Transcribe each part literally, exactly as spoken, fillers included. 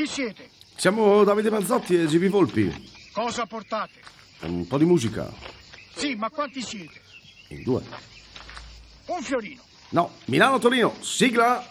Chi siete? Siamo Davide Manzotti e G B Volpi. Cosa portate? Un po' di musica. Sì, ma quanti siete? In due. Un fiorino. No, Milano-Torino, sigla!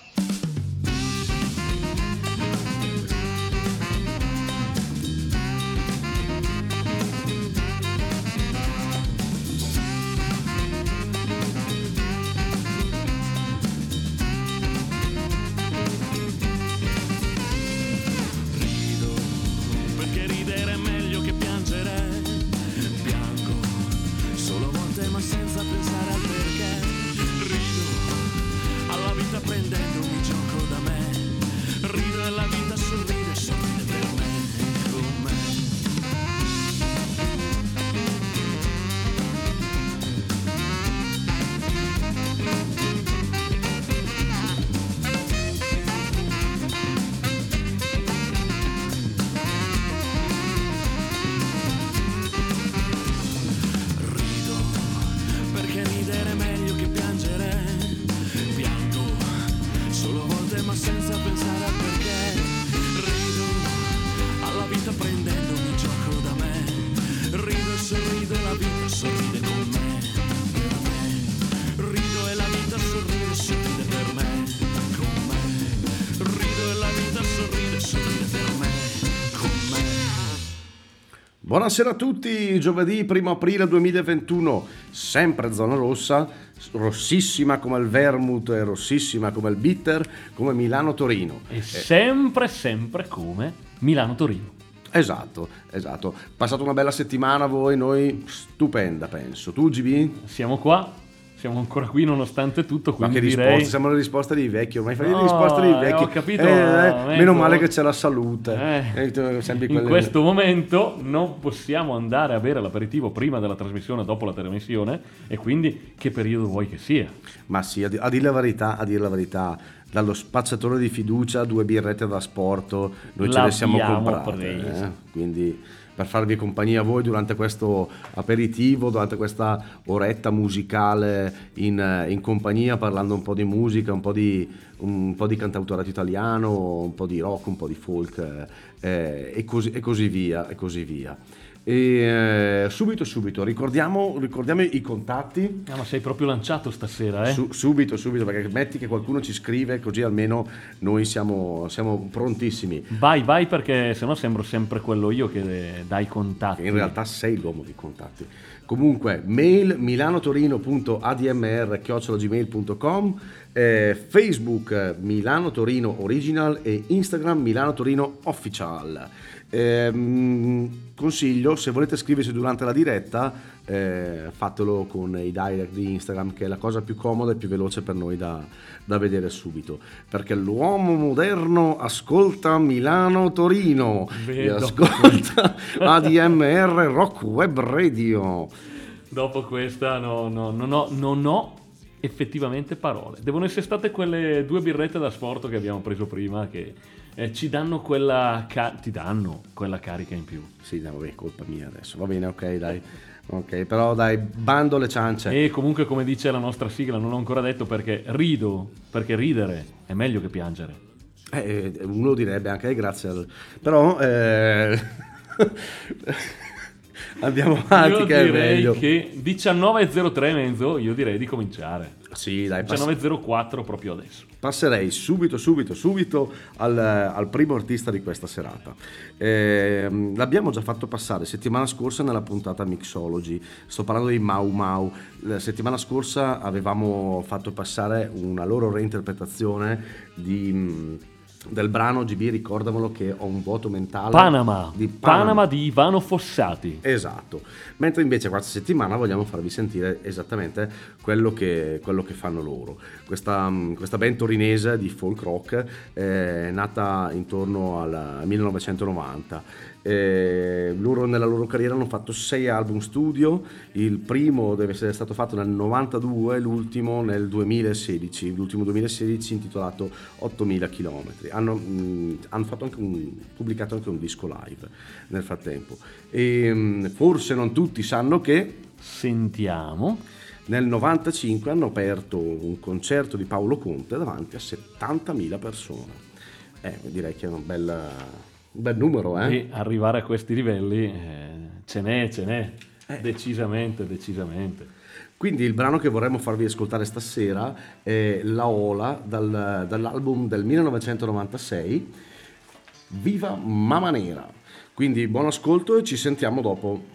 Buonasera a tutti, giovedì primo aprile duemilaventuno, sempre zona rossa, rossissima come il vermouth e rossissima come il bitter, come Milano-Torino. E sempre, sempre come Milano-Torino. Esatto, esatto. Passate una bella settimana voi, noi stupenda penso. Tu G B? Siamo qua. Siamo ancora qui nonostante tutto, quindi ma che direi... risposte, siamo le risposte dei vecchi, ormai fai no, le risposte dei vecchi. Eh, ho capito, eh, eh, momento... meno male che c'è la salute. Eh, eh, in quelle... questo momento non possiamo andare a bere l'aperitivo prima della trasmissione, dopo la trasmissione, e quindi che periodo vuoi che sia? Ma sì, a, di- a dire la verità, a dire la verità, dallo spacciatore di fiducia, due birrette da sporto, noi ce le siamo comprate, eh? Quindi per farvi compagnia a voi durante questo aperitivo, durante questa oretta musicale in, in compagnia, parlando un po' di musica, un po' di, un po' di cantautorato italiano, un po' di rock, un po' di folk eh, e, così, e così via, e così via. E eh, subito subito ricordiamo, ricordiamo i contatti. Ah, ma sei proprio lanciato stasera, eh? Su, subito subito perché metti che qualcuno ci scrive, così almeno noi siamo, siamo prontissimi. Vai vai, perché sennò sembro sempre quello io che dà i contatti. In realtà sei l'uomo di contatti. Comunque mail milanotorino.admr chiocciola gmail punto com, eh, Facebook Milano Torino Original e Instagram Milano Torino Official. Eh, consiglio, se volete scriversi durante la diretta, eh, fatelo con i direct di Instagram, che è la cosa più comoda e più veloce per noi da, da vedere subito, perché l'uomo moderno ascolta Milano Torino e ascolta A D M R Rock Web Radio. Dopo questa no, no, no, no, non ho effettivamente parole. Devono essere state quelle due birrette da sport che abbiamo preso prima, che eh, ci danno quella ca- ti danno quella carica in più. Sì, no, vabbè, colpa mia adesso. Va bene, ok, dai. Ok, però dai, bando le ciance. E comunque, come dice la nostra sigla, non ho ancora detto perché rido, perché ridere è meglio che piangere. Eh, uno direbbe anche eh, grazie al... Però eh... andiamo avanti, io che è direi meglio. che diciannove e zero tre mezzo, io direi di cominciare. Sì, dai, pass- diciannove e zero quattro proprio adesso. Passerei subito, subito, subito al, al primo artista di questa serata. Eh, l'abbiamo già fatto passare settimana scorsa nella puntata Mixology. Sto parlando di Mau Mau. La settimana scorsa avevamo fatto passare una loro reinterpretazione di... del brano G B, ricordamelo che ho un vuoto mentale. Panama, di Panama. Panama di Ivano Fossati. Esatto. Mentre invece questa settimana vogliamo farvi sentire esattamente quello che, quello che fanno loro. Questa, questa band torinese di folk rock è nata intorno al millenovecentonovanta. Eh, loro nella loro carriera hanno fatto sei album studio, il primo deve essere stato fatto nel novantadue, l'ultimo nel duemilasedici, l'ultimo duemilasedici intitolato ottomila chilometri. Hanno, mh, hanno fatto anche un, pubblicato anche un disco live nel frattempo e mh, forse non tutti sanno che sentiamo nel novantacinque hanno aperto un concerto di Paolo Conte davanti a settantamila persone. Eh, direi che è un bel, un bel numero, eh? E arrivare a questi livelli eh, ce n'è, ce n'è, Eh. decisamente, decisamente. Quindi il brano che vorremmo farvi ascoltare stasera è La Ola dal- dall'album del millenovecentonovantasei, Viva Mamma Nera. Quindi buon ascolto e ci sentiamo dopo.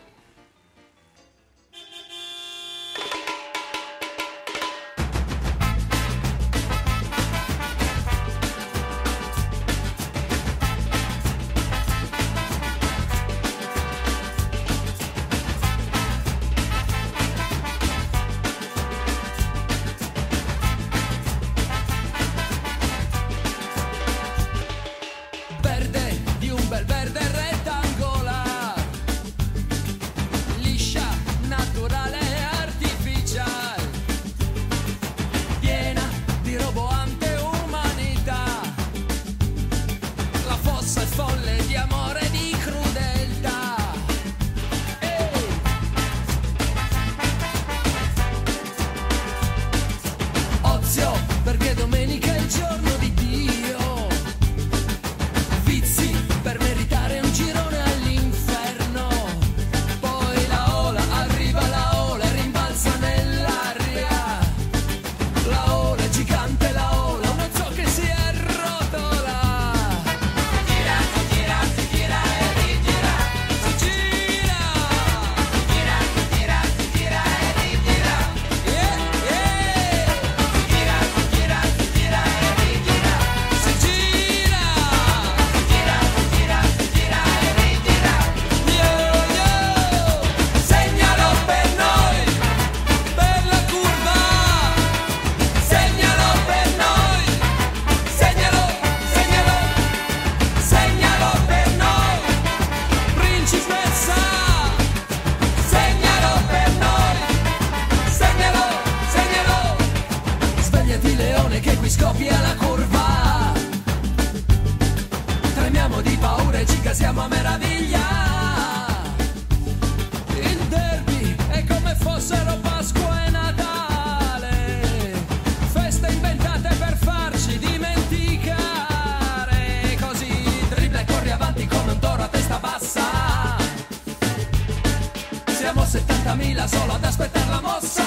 Verde di un bel verde rettangolare, liscia, naturale e artificiale, piena di roboante umanità. La fossa è folle di amore e di crudeltà. Ehi! Ozio, perché domenica è il giorno di Dio. Vizi per meritare un girone all'inferno. Poi la ola, arriva la ola e rimbalza nell'aria. La ola è gigante, la ola, uno zoo che si arrotola. Gira, si gira, si gira e rigira. Si gira. Gira, si gira, si gira e rigira. Yeah, yeah. Si gira, si gira, si gira e rigira. Si gira. Gira, gira, gira e rigira. Yo, yo. Segnalo per noi, per la curva. Segnalo per noi. Segnalo, segnalo. Segnalo per noi. Principessa. Segnalo per noi. Segnalo, segnalo. Svegliati leone che qui scoppia la curva. Tremiamo di paura e ci casiamo a meraviglia. Il derby è come fossero Pasqua e Natale, feste inventate per farci dimenticare. Così dribbla e corri avanti come un toro a testa bassa. Siamo settantamila solo ad aspettare la mossa.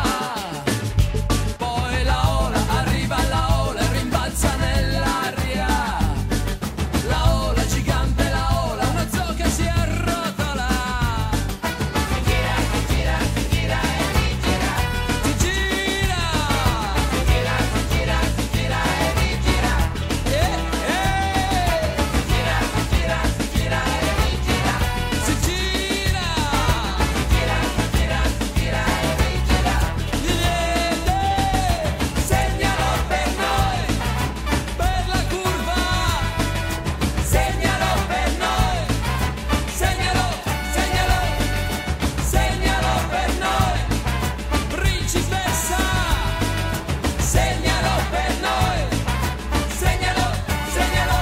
Poi la ola, arriva la ola e rimbalza nell'aria. La ola è gigante, la ola, uno zoo che si arrotola. Si gira, si gira, si gira e rigira. Si gira. Si gira, si gira, si gira e rigira. Eh, eh. Si gira, si gira, si gira e rigira. Si gira. Si gira, si gira, si gira e rigira. Segnalo per noi, per la curva. Segnalo per noi. Segnalo, segnalo. Segnalo per noi. Principessa. Segnalo per noi. Segnalo, segnalo.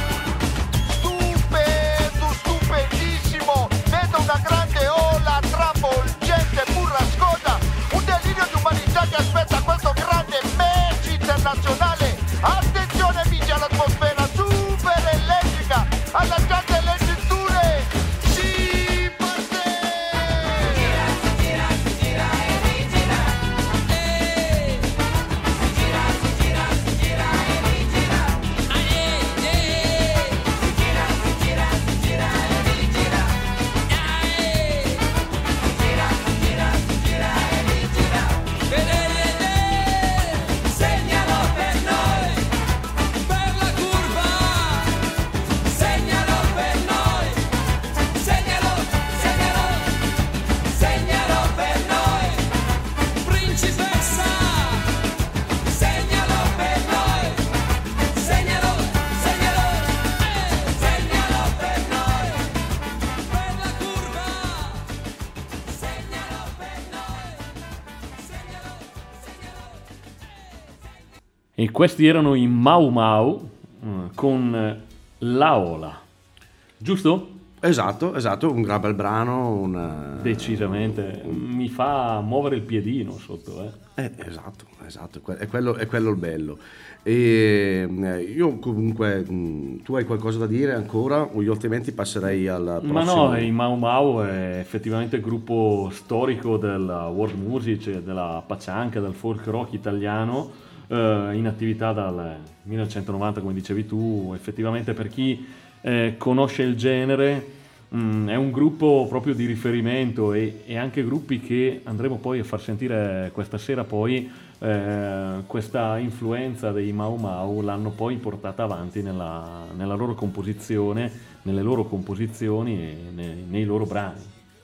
Stupedo, stupendissimo, vedo una grande ola travolgente, burrascosa, un delirio di umanità che aspetta questo grande match internazionale. Attenzione, vigia l'atmosfera super elettrica, allacciate le cinture, si parte! Gira, si gira, si gira e rigira. Eh. Si gira, si gira, si gira e rigira. Ah, eh, eh. Si gira, si gira, si gira e rigira. Ah, eh. Si gira, si gira, si gira e rigira. Vedete? Segnalo per noi, per la curva. Segnalo per noi. Segnalo, segnalo. Segnalo per noi. Principessa. Segnalo per noi. Segnalo, segnalo. Eh, segnalo per noi. Per la curva. Segnalo per noi. Segnalo, segnalo. E questi erano i Mau Mau eh, con eh, La Ola. Giusto? Esatto, esatto, un gran bel brano, un... Decisamente, mi fa muovere il piedino sotto, eh. Eh, esatto, esatto, è que- è quello, è quello il bello. E eh, io comunque, mh, tu hai qualcosa da dire ancora o io altrimenti passerei al prossimo? Ma no, i Mau Mau è effettivamente il gruppo storico della world music, della paccianca, del folk rock italiano, eh, in attività dal millenovecentonovanta, come dicevi tu. Effettivamente per chi eh, conosce il genere mh, è un gruppo proprio di riferimento, e, e anche gruppi che andremo poi a far sentire questa sera poi. Eh, questa influenza dei Mau Mau l'hanno poi portata avanti nella, nella loro composizione, nelle loro composizioni e nei, nei loro brani.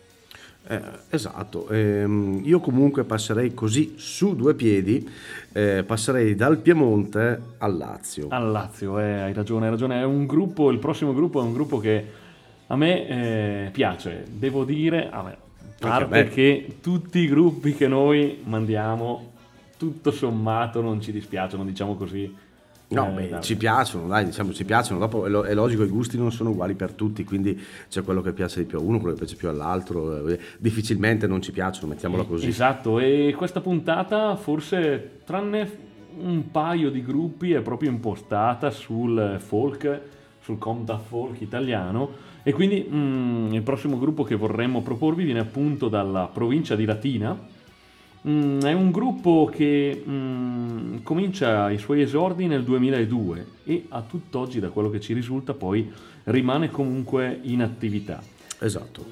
Eh, esatto, ehm, io comunque passerei così su due piedi, eh, passerei dal Piemonte al Lazio. Al Lazio, eh, hai ragione, hai ragione. È un gruppo, il prossimo gruppo è un gruppo che a me eh, piace, devo dire, a me, a parte che tutti i gruppi che noi mandiamo tutto sommato non ci dispiacciono, diciamo così. No, eh, beh, dai. ci piacciono, dai, diciamo ci piacciono. Dopo è, lo- è logico, i gusti non sono uguali per tutti, quindi c'è quello che piace di più a uno, quello che piace più all'altro. eh, Difficilmente non ci piacciono, mettiamola così. Esatto, e questa puntata forse, tranne un paio di gruppi, è proprio impostata sul folk, sul comda folk italiano, e quindi mm, il prossimo gruppo che vorremmo proporvi viene appunto dalla provincia di Latina. Mm, è un gruppo che mm, comincia i suoi esordi nel duemiladue e a tutt'oggi, da quello che ci risulta, poi rimane comunque in attività. Esatto.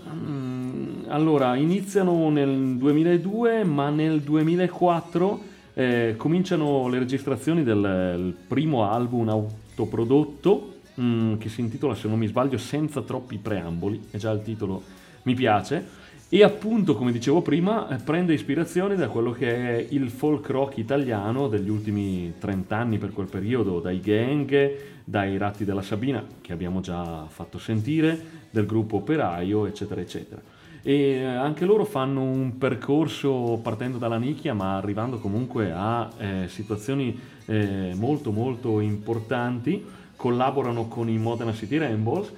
Mm, allora, iniziano nel duemiladue, ma nel duemilaquattro eh, cominciano le registrazioni del il primo album autoprodotto, mm, che si intitola, se non mi sbaglio, Senza troppi preamboli, e già il titolo mi piace. E appunto, come dicevo prima, eh, prende ispirazione da quello che è il folk rock italiano degli ultimi trent'anni, per quel periodo, dai Gang, dai Ratti della Sabina, che abbiamo già fatto sentire, del gruppo Operaio, eccetera, eccetera. E eh, anche loro fanno un percorso partendo dalla nicchia, ma arrivando comunque a eh, situazioni eh, molto molto importanti, collaborano con i Modena City Rainbows.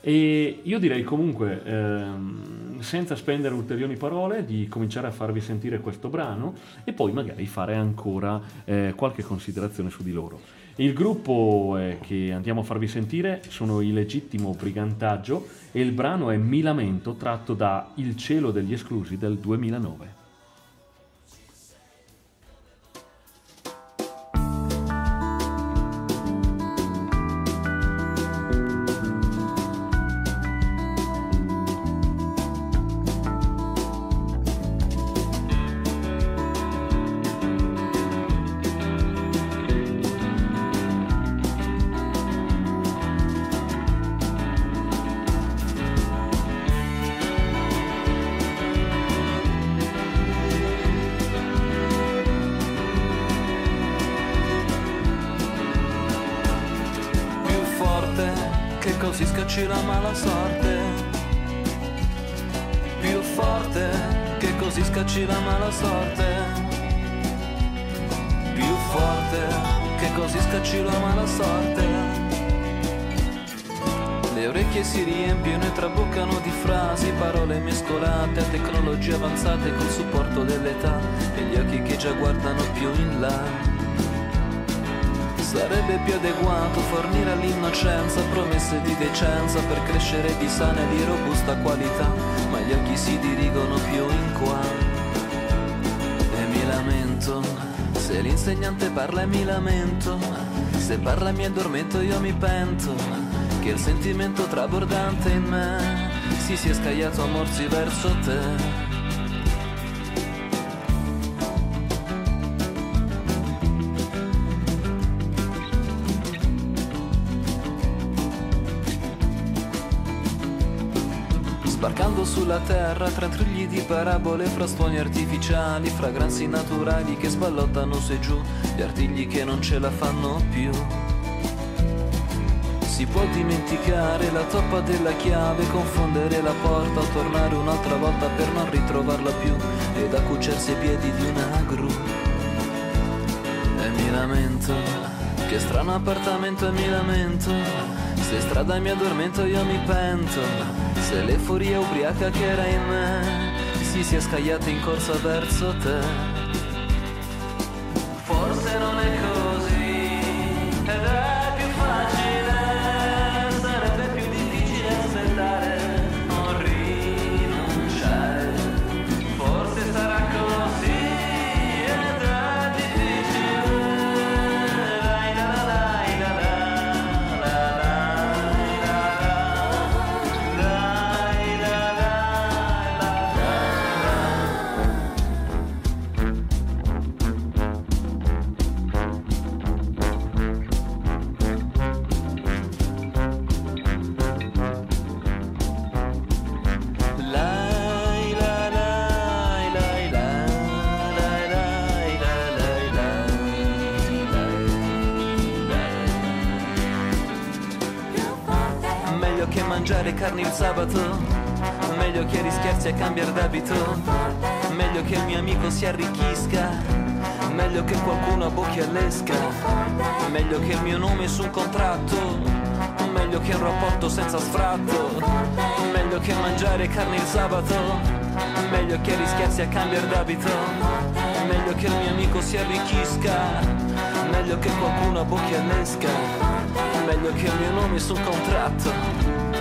E io direi comunque, ehm, senza spendere ulteriori parole, di cominciare a farvi sentire questo brano e poi magari fare ancora eh, qualche considerazione su di loro. Il gruppo eh, che andiamo a farvi sentire sono i Legittimo Brigantaggio e il brano è Mi Lamento, tratto da Il cielo degli esclusi del duemilanove. così scacci la mala sorte. Più forte che così scacci la mala sorte. Più forte che così scacci la mala sorte. Le orecchie si riempiono e traboccano di frasi, parole mescolate a tecnologie avanzate col supporto dell'età e gli occhi che già guardano più in là. Sarebbe più adeguato fornire all'innocenza promesse di decenza per crescere di sana e di robusta qualità, ma gli occhi si dirigono più in qua. E mi lamento, se l'insegnante parla e mi lamento, se parla e mi addormento io mi pento, che il sentimento trabordante in me si sia scagliato a morsi verso te. Sbarcando sulla terra tra trilli di parabole, fra suoni artificiali, fragranze naturali che sballottano su e giù, gli artigli che non ce la fanno più. Si può dimenticare la toppa della chiave, confondere la porta o tornare un'altra volta per non ritrovarla più ed accuccersi ai piedi di una gru. E mi lamento, che strano appartamento e mi lamento, se strada mi addormento io mi pento, se l'euforia ubriaca che era in me si sia scagliata in corsa verso te. Forse non è così ed è più facile, sarebbe più difficile aspettare, non rinunciare. Forse sarà così ed è difficile. Dai, da, da, dai, da, da, da, dai, da, da, dai, da, Lai, la, lai, lai, la, lai, lai, la, lai, lai, lai. Meglio che mangiare carne il sabato, meglio che rischiarsi a cambiare d'abito, meglio che il mio amico si arricchisca, meglio che qualcuno abbocchi all'esca, meglio che il mio nome su un contratto, meglio che un rapporto senza sfratto, meglio che mangiare carne il sabato, meglio che rischiarsi a cambiare d'abito, meglio che il mio amico si arricchisca, meglio che qualcuno abbocchi all'esca, meglio che il mio nome su un contratto.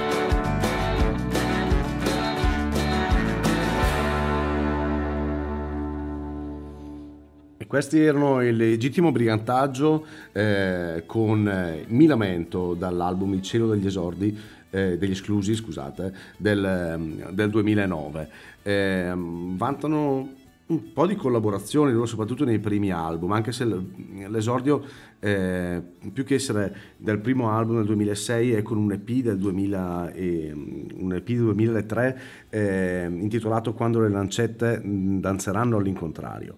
E questi erano il legittimo brigantaggio eh, con eh, Mi lamento dall'album Il cielo degli esordi, eh, degli esclusi, scusate, del, del duemilanove. Eh, vantano un po' di collaborazioni loro, soprattutto nei primi album, anche se l'esordio eh, più che essere del primo album del duemilasei è con un E P del duemila e, un E P del duemilatré eh, intitolato Quando le lancette danzeranno all'incontrario,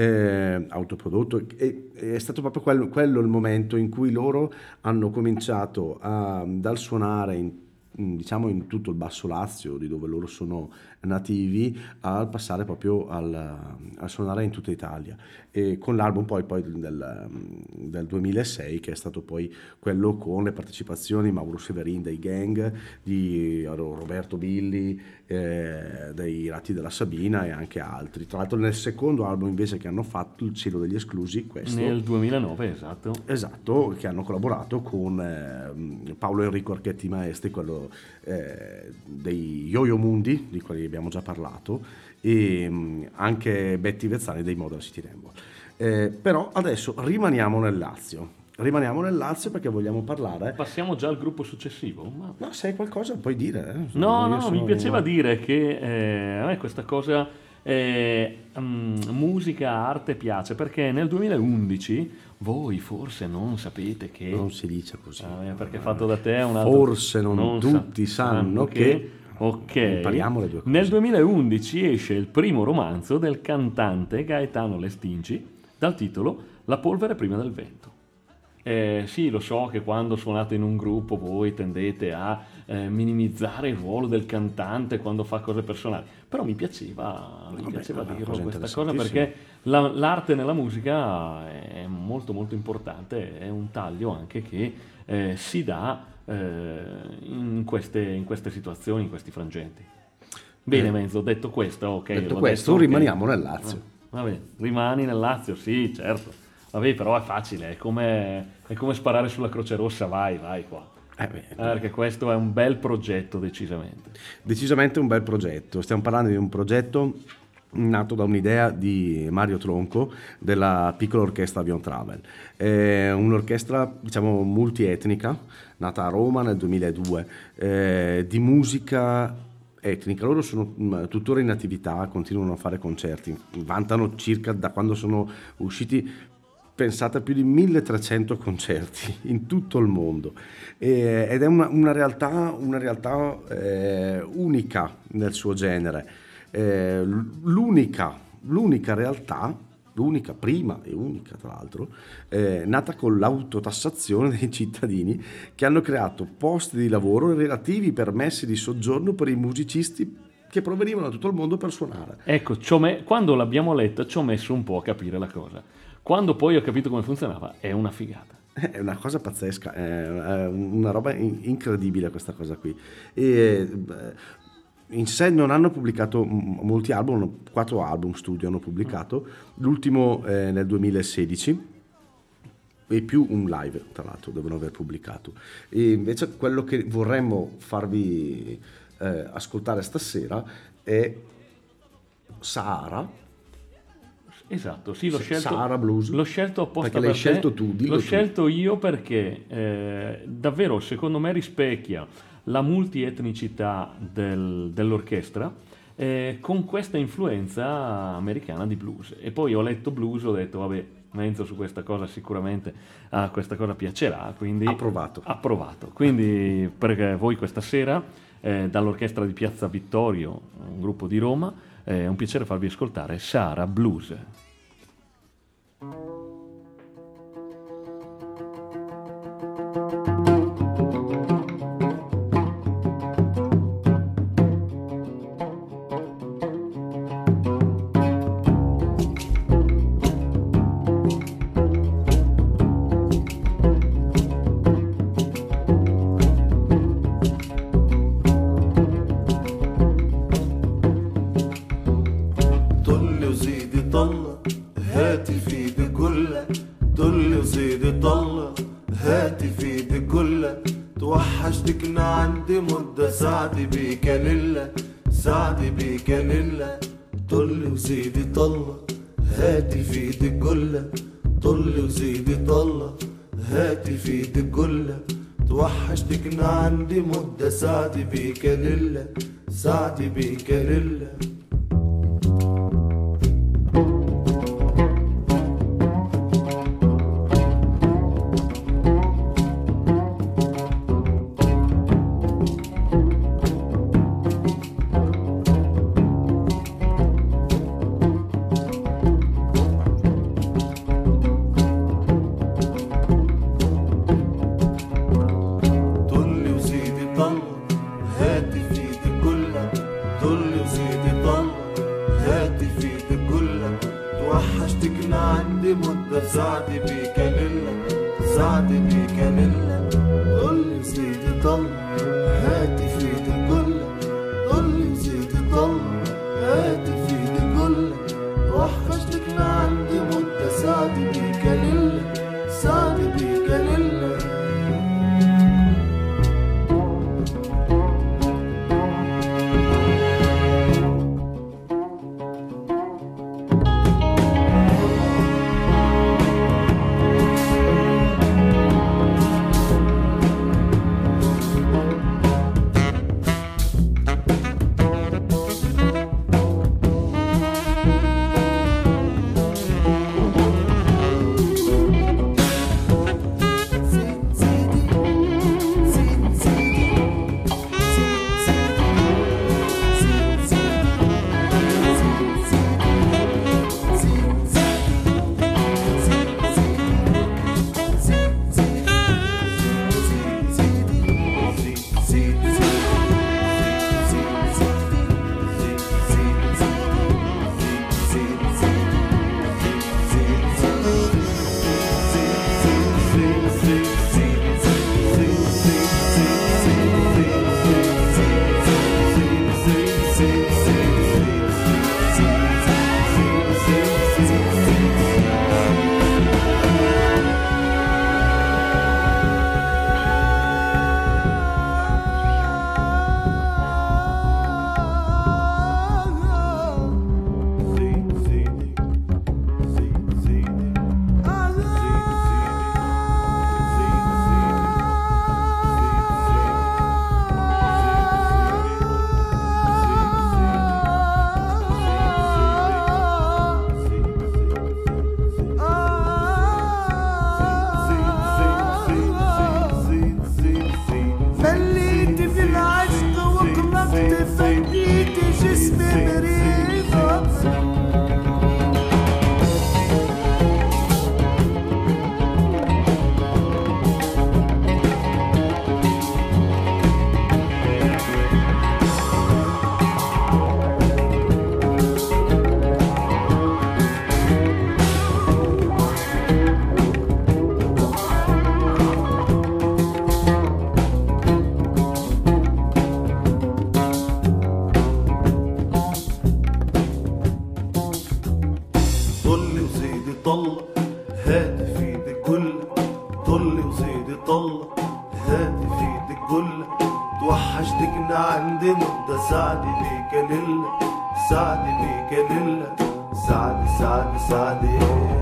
eh, autoprodotto, e è stato proprio quello, quello il momento in cui loro hanno cominciato a, dal suonare in diciamo in tutto il Basso Lazio, di dove loro sono nativi, al passare proprio al, a suonare in tutta Italia, e con l'album poi, poi del, del duemilasei, che è stato poi quello con le partecipazioni di Mauro Severin dei Gang, di Roberto Billi, eh, dei Ratti della Sabina e anche altri. Tra l'altro nel secondo album invece che hanno fatto, Il cielo degli esclusi, questo nel duemilanove, esatto esatto che hanno collaborato con eh, Paolo Enrico Archetti Maestri, quello eh, dei Yo-Yo Mundi, di cui abbiamo già parlato, e mh, anche Betty Vezzani dei Modern City Rainbow. Eh, però adesso rimaniamo nel Lazio. Rimaniamo nel Lazio perché vogliamo parlare. Passiamo già al gruppo successivo. Ma... No, se hai qualcosa puoi dire. Eh? No, Io no, sono... mi piaceva dire che eh, a me questa cosa eh, um, musica, arte piace, perché nel duemilaundici voi forse non sapete che... Non si dice così. Ah, perché fatto da te è un altro... Forse non, non tutti sa, sanno che... che... Ok, impariamo le due cose. Nel duemilaundici esce il primo romanzo del cantante Gaetano Lestinci dal titolo La polvere prima del vento. Eh, sì, lo so che quando suonate in un gruppo voi tendete a eh, minimizzare il ruolo del cantante quando fa cose personali, però mi piaceva, mi Vabbè, piaceva no, dirlo cosa questa cosa, interessantissima. perché la, l'arte nella musica è molto molto importante, è un taglio anche che eh, si dà eh, in, queste, in queste situazioni, in questi frangenti. Bene, Eh, Menzo, detto questo, ok. detto l'ho questo, detto, ok. rimaniamo nel Lazio. Ah, vabbè, rimani nel Lazio, sì, certo. Vabbè, però è facile, è come, è come sparare sulla Croce Rossa, vai, vai qua. Eh beh, Eh, perché questo è un bel progetto, decisamente. Decisamente un bel progetto. Stiamo parlando di un progetto nato da un'idea di Mario Tronco della piccola orchestra Avion Travel. È un'orchestra, diciamo, multietnica, nata a Roma nel duemiladue, eh, di musica etnica. Loro sono mh, tuttora in attività, continuano a fare concerti, vantano circa, da quando sono usciti, pensate, a più di milletrecento concerti in tutto il mondo, e, ed è una, una realtà, una realtà eh, unica nel suo genere, eh, l'unica, l'unica realtà, l'unica, prima e unica tra l'altro, eh, nata con l'autotassazione dei cittadini, che hanno creato posti di lavoro e relativi permessi di soggiorno per i musicisti che provenivano da tutto il mondo per suonare. Ecco, ci ho me- quando l'abbiamo letta ci ho messo un po' a capire la cosa. Quando poi ho capito come funzionava, è una figata. È una cosa pazzesca, è una roba incredibile questa cosa qui. E in sé non hanno pubblicato molti album, quattro album studio hanno pubblicato, l'ultimo eh, nel duemilasedici e più un live, tra l'altro, devono aver pubblicato. E invece quello che vorremmo farvi eh, ascoltare stasera è Sahara. Esatto, sì, l'ho scelto, Sahara Blues. L'ho scelto apposta perché per l'hai scelto te. tu, dillo L'ho tu. scelto io perché eh, davvero, secondo me, rispecchia la multietnicità del, dell'orchestra eh, con questa influenza americana di blues. E poi ho letto blues, ho detto, vabbè, Enzo su questa cosa sicuramente a questa cosa piacerà, quindi approvato. approvato. Quindi per voi questa sera eh, dall'orchestra di Piazza Vittorio, un gruppo di Roma, è un piacere farvi ascoltare Sahara Blues. سعدي بيك يا لله سعدي بيك يا لله طل وزيدي طلة هاتي في ايدي الجلة طل وزيدي طلة هاتي في ايدي الجلة توحشتكنا عندي مدة سعدي بيك يا لله سعدي بيك يا لله هاتي في ايدك جلة طلي وزيدي طلة هاتي في ايدك جلة توحشتكنا عندي مدة سعدي بيك يا ليلة سعدي بيك يا ليلة سعدي سعدي سعدي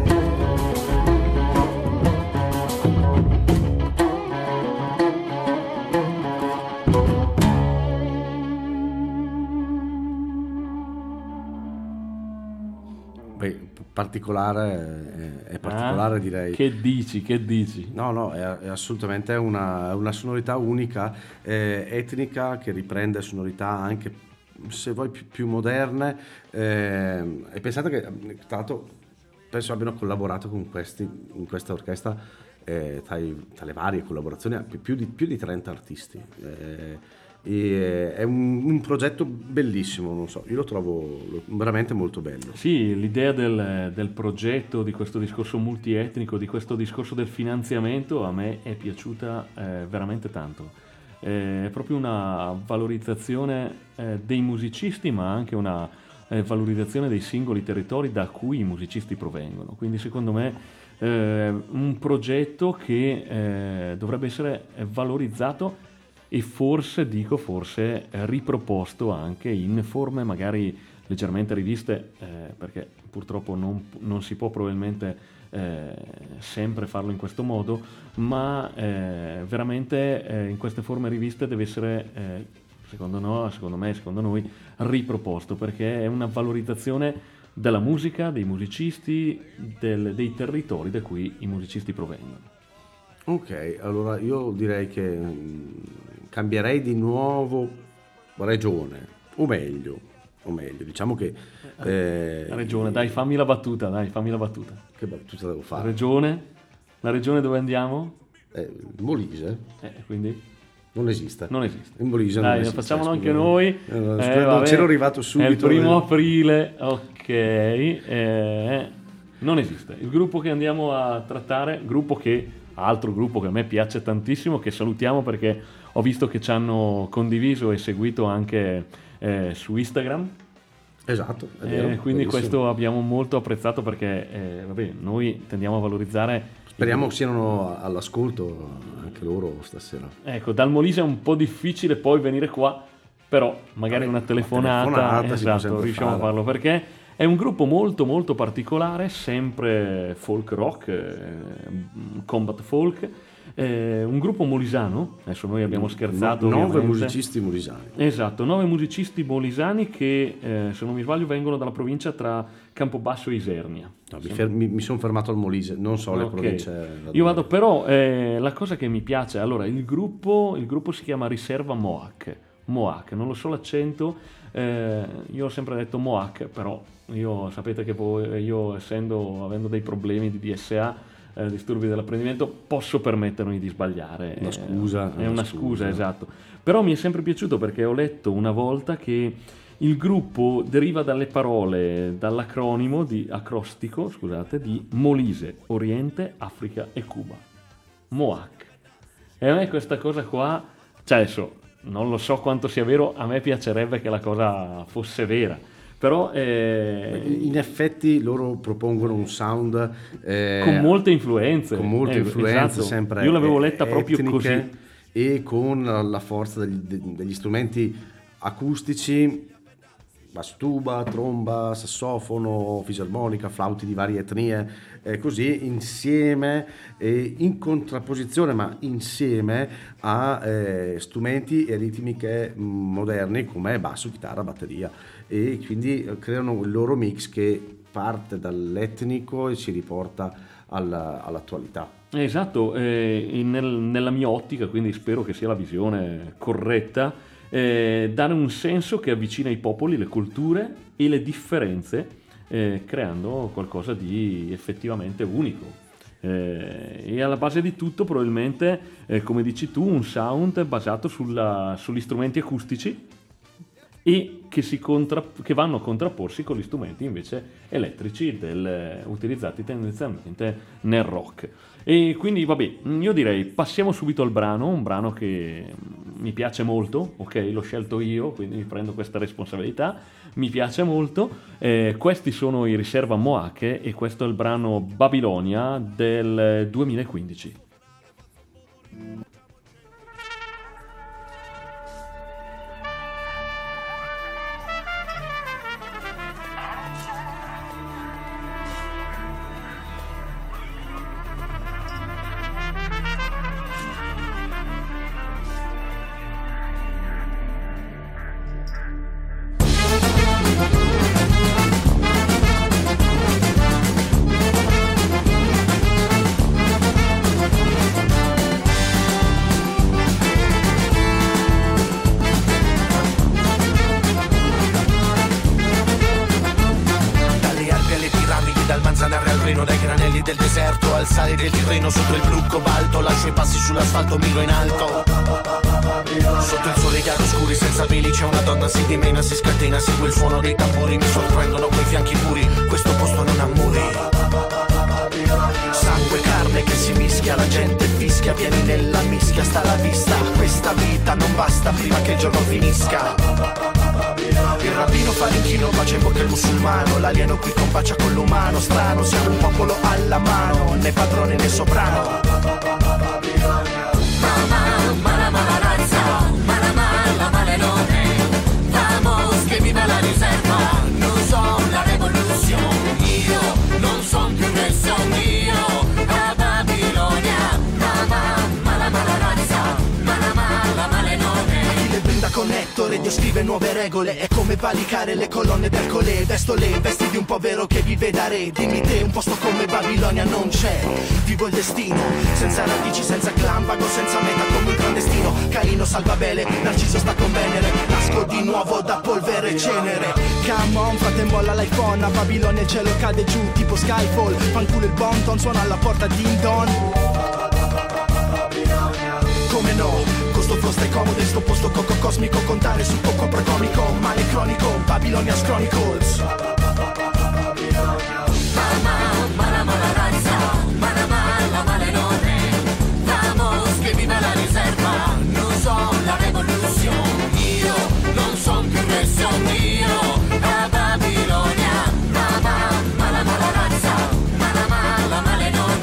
Beh, particolare, è, è particolare Ah, direi. Che dici, che dici? No, no, è, è assolutamente una, una sonorità unica, eh, etnica, che riprende sonorità anche, se vuoi, più, più moderne. Eh, e pensate che, tra l'altro, penso abbiano collaborato con questi, in questa orchestra, eh, tra, i- tra le varie collaborazioni, più, più di, più di trenta artisti. Eh, e è un, un progetto bellissimo, non so, io lo trovo lo- veramente molto bello. Sì, l'idea del, del progetto, di questo discorso multietnico, di questo discorso del finanziamento a me è piaciuta eh, veramente tanto. Eh, È proprio una valorizzazione eh, dei musicisti, ma anche una eh, valorizzazione dei singoli territori da cui i musicisti provengono. Quindi secondo me eh, un progetto che eh, dovrebbe essere valorizzato e forse, dico forse, eh, riproposto anche in forme magari leggermente riviste, eh, perché purtroppo non, non si può probabilmente eh, sempre farlo in questo modo, ma eh, veramente eh, in queste forme riviste deve essere, eh, secondo, no, secondo me, secondo noi, riproposto, perché è una valorizzazione della musica, dei musicisti, del- dei territori da cui i musicisti provengono. Ok, allora io direi che mm, cambierei di nuovo regione, o meglio, o meglio, diciamo che... eh, La regione, dai, fammi la battuta, dai, fammi la battuta. Che battuta devo La fare? regione? La regione dove andiamo? Eh, Molise Eh, quindi non esiste. non esiste. In Molise non Dai, esiste, facciamolo anche scusami. noi. Eh, non- Eh, non vabbè, c'ero arrivato È il subito. primo eh. aprile, ok. eh, non esiste. Il gruppo che andiamo a trattare, gruppo che, altro gruppo che a me piace tantissimo, che salutiamo perché ho visto che ci hanno condiviso e seguito anche eh, su Instagram. Esatto, è Eh, vero. quindi verissimo. questo abbiamo molto apprezzato perché eh, vabbè, noi tendiamo a valorizzare. Speriamo siano all'ascolto anche loro stasera. Ecco, dal Molise è un po' difficile poi venire qua, però magari Vabbè, una una telefonata, telefonata si può esatto, sempre riusciamo fare. a farlo perché è un gruppo molto molto particolare, sempre folk rock, eh, combat folk, eh, un gruppo molisano, adesso noi abbiamo scherzato. No- nove ovviamente. musicisti molisani. Esatto, nove musicisti molisani che, eh, se non mi sbaglio, vengono dalla provincia tra Campobasso e Isernia. No, mi, fer- mi- mi sono fermato al Molise, non so le Ok. province. da Io dove- vado però, eh, la cosa che mi piace, allora il gruppo, il gruppo si chiama Riserva Moac, Moac, non lo so l'accento, eh, io ho sempre detto Moac, però io sapete che voi, io essendo, avendo dei problemi di D S A, eh, disturbi dell'apprendimento, posso permettermi di sbagliare. Una scusa, È una una scusa. scusa, esatto. Però mi è sempre piaciuto perché ho letto una volta che il gruppo deriva dalle parole, dall'acronimo di acrostico, scusate, di Molise, Oriente, Africa e Cuba. Moac. E a me questa cosa qua, cioè adesso non lo so quanto sia vero, a me piacerebbe che la cosa fosse vera. Però eh, In effetti loro propongono un sound eh, con molte influenze. con molte Eh, influenze, esatto. sempre Io l'avevo eh, letta proprio etniche, così. e con la forza degli, de- degli strumenti acustici, basso tuba, tromba, sassofono, fisarmonica, flauti di varie etnie, eh, così insieme, eh, in contrapposizione ma insieme a eh, strumenti e ritmiche mh, moderni come basso, chitarra, batteria, e quindi eh, creano il loro mix che parte dall'etnico e ci riporta alla- all'attualità. Esatto, eh, in- nel- nella mia ottica, quindi spero che sia la visione corretta, eh, dare un senso che avvicina i popoli, le culture e le differenze, eh, creando qualcosa di effettivamente unico. Eh, e alla base di tutto probabilmente, eh, come dici tu, un sound basato sulla- sugli strumenti acustici e che, si contra- che vanno a contrapporsi con gli strumenti invece elettrici del- utilizzati tendenzialmente nel rock. E quindi vabbè, io direi passiamo subito al brano, un brano che mi piace molto, ok, l'ho scelto io, quindi mi prendo questa responsabilità, mi piace molto. Eh, questi sono i Riserva Moache e questo è il brano Babilonia del duemilaquindici. Sotto il blu cobalto, lascio i passi sull'asfalto, miro in alto. Sotto il sole chiaro scuri senza veli c'è una donna, si dimena, si scatena, segue il suono dei tamburi, mi sorprendono quei fianchi puri, questo posto non ha muri. Sangue, carne che si mischia, la gente fischia, vieni nella mischia, sta alla vista, questa vita non basta prima che il giorno finisca. Il rabbino fa l'inchino, pace in bocca il musulmano, l'alieno qui combacia con l'umano, strano, siamo un popolo alla mano, né padrone né soprano. Mamma, mala mala razza, mala mala malelone, vamos che viva la riserva, non son la revoluzione, io non son più re, son io a Babilonia. Mamma, mala mala razza, mala mala malelone. Achille brinda con Ettore, Dio scrive nuove regole, è come valicare le colonne del Colè, vesto le vesti di un povero che vive da re, dimmi te un posto come Babilonia non c'è, vivo il destino, senza radici, senza clan, vago senza meta come un clandestino, Caino salva Abele, Narciso sta con Venere, nasco di nuovo da polvere e cenere, come on frate molla l'iPhone, a Babilonia il cielo cade giù tipo Skyfall, fanculo il bon ton, suona alla porta din don. Come no, con sto flow stai comodo in sto posto coco cosmico, contare sul poco precomico, male cronico, Babylonia's Chronicles. Mamma, mala mala razza, mala mala malelone, vamos che viva la riserva, non son la revoluzione, io non son più re, son io a Babilonia. Mamma, mala mala razza, mala mala malelone.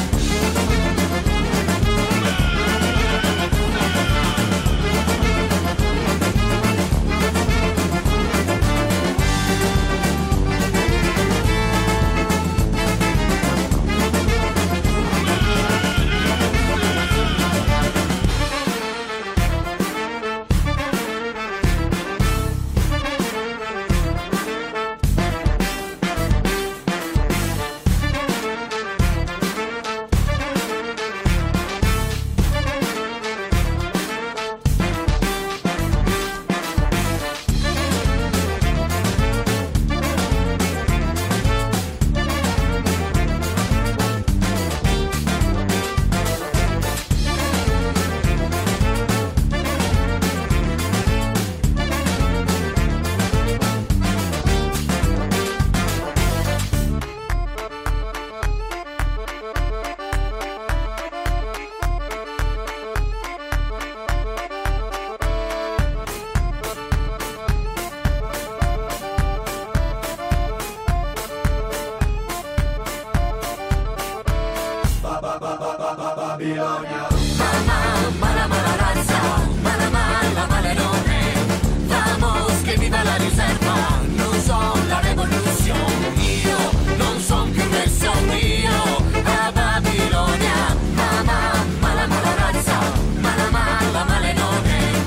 Babilonia. Mamma, mala mala razza, mala mala malelone, vamos che viva la riserva, non son la revoluzione, io non son più re, son io a Babilonia. Mamma, mala mala razza, mala mala malelone.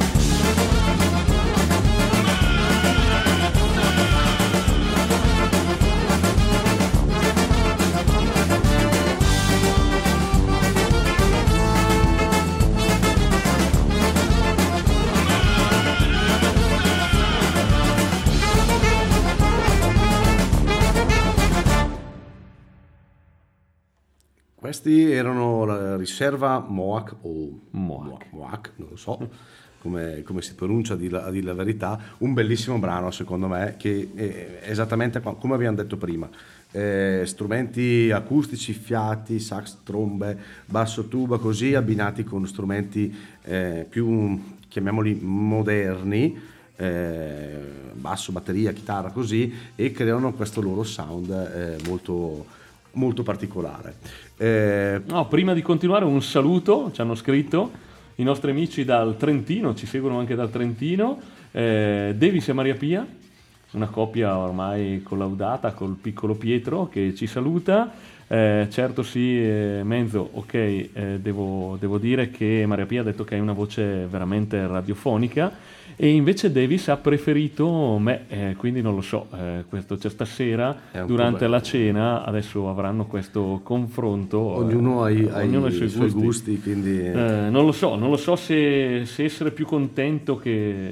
Questi erano la riserva Moac o Moac. Moac, non lo so come, come si pronuncia a dire, a dire la verità, un bellissimo brano secondo me che è esattamente come abbiamo detto prima, eh, strumenti acustici, fiati, sax, trombe, basso, tuba, così abbinati con strumenti eh, più chiamiamoli moderni, eh, basso, batteria, chitarra, così, e creano questo loro sound eh, molto, molto particolare. Eh, No, prima di continuare un saluto, ci hanno scritto i nostri amici dal Trentino, ci seguono anche dal Trentino, eh, Davis e Maria Pia, una coppia ormai collaudata col piccolo Pietro che ci saluta. Eh, certo sì, eh, Menzo, ok, eh, devo, devo dire che Maria Pia ha detto che hai una voce veramente radiofonica e invece Davis ha preferito me, eh, quindi non lo so, eh, questo c'è stasera È un durante po' la bello. cena, adesso avranno questo confronto. ognuno ha, eh, i, ha i ognuno ha suoi, gusti, quindi Eh, non lo so, non lo so se, se essere più contento che...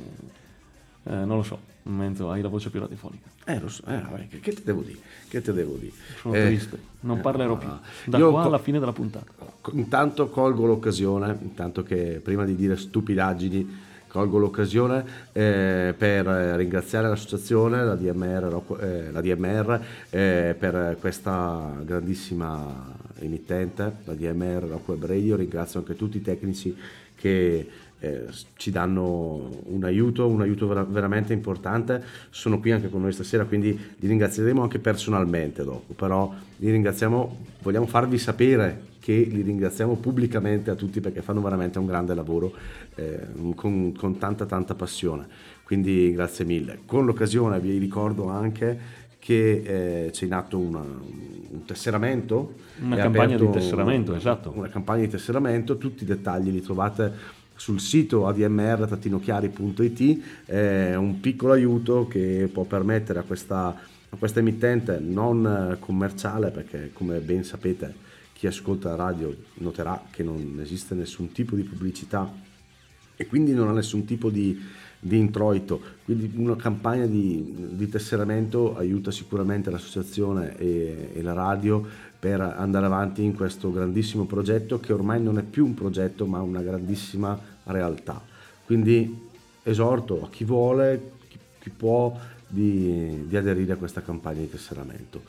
eh, non lo so, Menzo, hai la voce più radiofonica. eh, lo so, eh, vabbè, che, che te devo dire? Che te devo dire? Sono Eh, triste, non parlerò più. ah, Da io qua co- alla fine della puntata. co- Intanto colgo l'occasione, intanto che prima di dire stupidaggini, colgo l'occasione eh, per eh, ringraziare l'associazione, la D M R, Rock- eh, la D M R eh, per questa grandissima emittente, la D M R Rock Web Radio. Ringrazio anche tutti i tecnici che eh, ci danno un aiuto, un aiuto vera- veramente importante. Sono qui anche con noi stasera, quindi li ringrazieremo anche personalmente dopo, però li ringraziamo, vogliamo farvi sapere che li ringraziamo pubblicamente a tutti perché fanno veramente un grande lavoro eh, con, con tanta tanta passione, quindi grazie mille. Con l'occasione vi ricordo anche che eh, c'è in atto una, un tesseramento, Una è campagna di aperto tesseramento, una, esatto. una campagna di tesseramento, tutti i dettagli li trovate sul sito a d m r trattino chiari punto i t. È un piccolo aiuto che può permettere a questa, a questa emittente non commerciale, perché come ben sapete chi ascolta la radio noterà che non esiste nessun tipo di pubblicità e quindi non ha nessun tipo di, di introito, quindi una campagna di, di tesseramento aiuta sicuramente l'associazione e, e la radio per andare avanti in questo grandissimo progetto che ormai non è più un progetto ma una grandissima realtà. Quindi esorto a chi vuole, chi, chi può di, di aderire a questa campagna di tesseramento.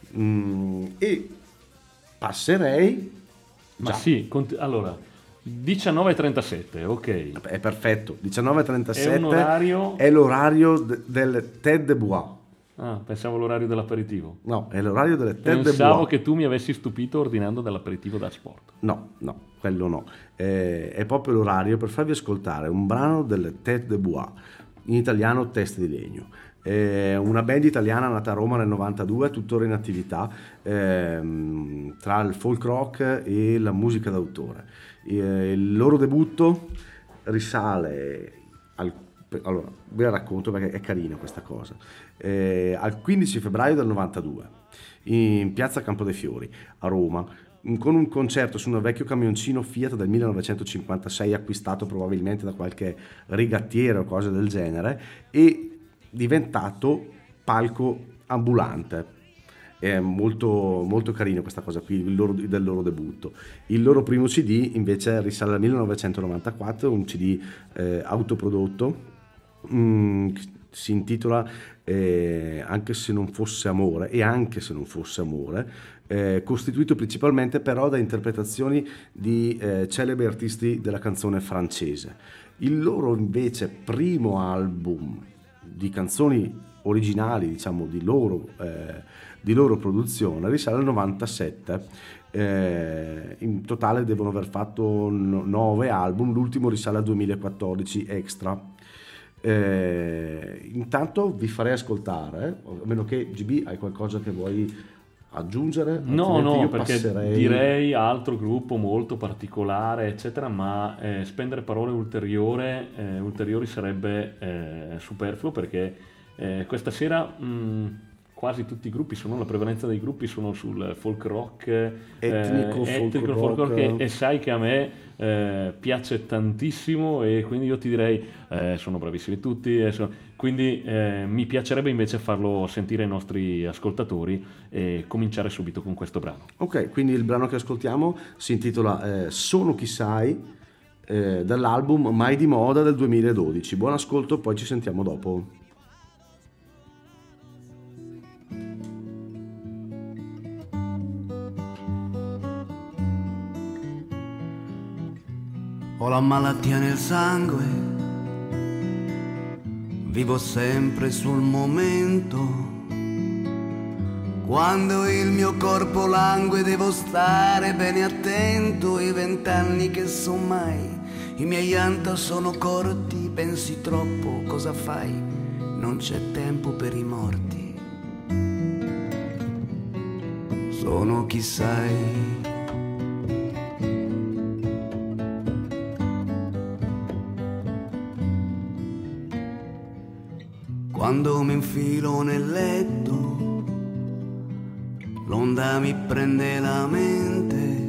Mm, e passerei Ma già. sì, cont- allora, diciannove e trentasette, ok. È perfetto, diciannove e trentasette È un orario- è l'orario de- del Tête de Bois. Ah, pensavo l'orario dell'aperitivo. No, è l'orario delle Tête de Pensavo Bois. che tu mi avessi stupito ordinando dell'aperitivo da sport. No, no, quello no. Eh, è proprio l'orario per farvi ascoltare un brano delle Tête de Bois, in italiano Teste di legno. È una band italiana nata a Roma nel novantadue, tuttora in attività, ehm, tra il folk rock e la musica d'autore. Eh, il loro debutto risale al... Allora, ve la racconto perché è carina questa cosa. Eh, al quindici febbraio del novantadue, in piazza Campo dei Fiori, a Roma, con un concerto su un vecchio camioncino Fiat del millenovecentocinquantasei acquistato probabilmente da qualche rigattiere o cose del genere e diventato palco ambulante. È molto, molto carino questa cosa qui, il loro, del loro debutto. Il loro primo C D invece risale al millenovecentonovantaquattro, un C D eh, autoprodotto, mm, si intitola eh, Anche se non fosse amore, e anche se non fosse amore, eh, costituito principalmente però da interpretazioni di eh, celebri artisti della canzone francese. Il loro invece primo album di canzoni originali, diciamo di loro, eh, di loro produzione, risale al novantasette. Eh, in totale devono aver fatto nove album, l'ultimo risale al duemilaquattordici, Extra. Eh, intanto vi farei ascoltare, a meno che G B hai qualcosa che vuoi aggiungere? No, Altrimenti no, io perché passerei- direi altro gruppo molto particolare, eccetera, ma eh, spendere parole ulteriore, eh, ulteriori sarebbe eh, superfluo perché eh, questa sera mh, quasi tutti i gruppi sono, la prevalenza dei gruppi sono sul folk rock, eh, Etnico, folk etnico, folk rock, rock. e, e sai che a me eh, piace tantissimo e quindi io ti direi eh, sono bravissimi tutti, eh, sono- quindi eh, mi piacerebbe invece farlo sentire ai nostri ascoltatori e cominciare subito con questo brano. Ok, quindi il brano che ascoltiamo si intitola eh, Sono chi sai, eh, dall'album Mai di moda del duemiladodici. Buon ascolto, poi ci sentiamo dopo. Ho la malattia nel sangue, vivo sempre sul momento. Quando il mio corpo langue devo stare bene attento. I vent'anni che son mai, i miei anni sono corti. Pensi troppo, cosa fai? Non c'è tempo per i morti. Sono chi sei. Quando mi infilo nel letto, l'onda mi prende la mente.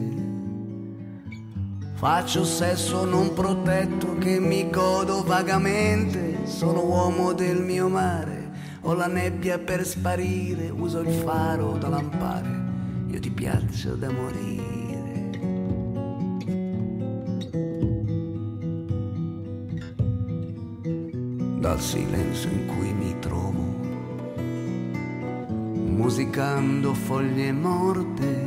Faccio sesso non protetto che mi godo vagamente. Sono uomo del mio mare, ho la nebbia per sparire. Uso il faro da lampare, io ti piaccio da morire. Dal silenzio in cui mi trovo, musicando foglie morte,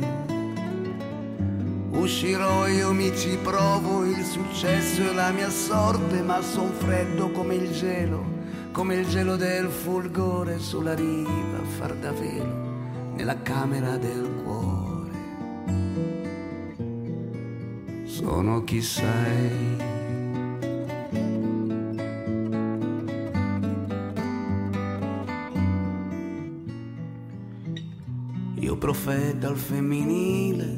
uscirò, io mi ci provo, il successo è la mia sorte, ma son freddo come il gelo, come il gelo del fulgore sulla riva a far da velo nella camera del cuore. Sono chi sei. Io profeta al femminile,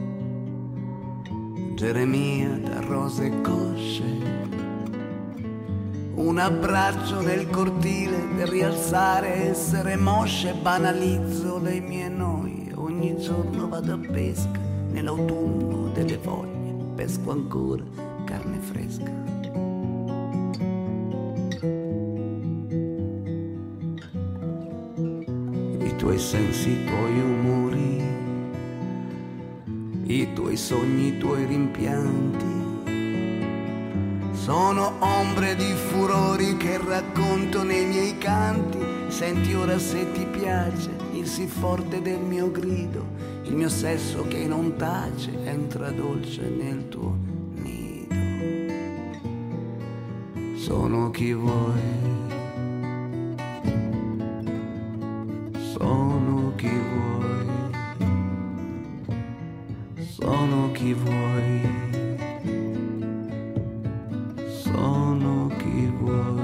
Geremia da rose cosce, un abbraccio nel cortile per rialzare, essere mosce. Banalizzo le mie noie, ogni giorno vado a pesca nell'autunno delle voglie, pesco ancora carne fresca. I tuoi sensi, i tuoi umori, i tuoi sogni, i tuoi rimpianti sono ombre di furori che racconto nei miei canti. Senti ora se ti piace il sì forte del mio grido, il mio sesso che non tace entra dolce nel tuo nido. Sono chi vuoi, sono chi vuoi, sono chi vuoi, sono chi vuoi.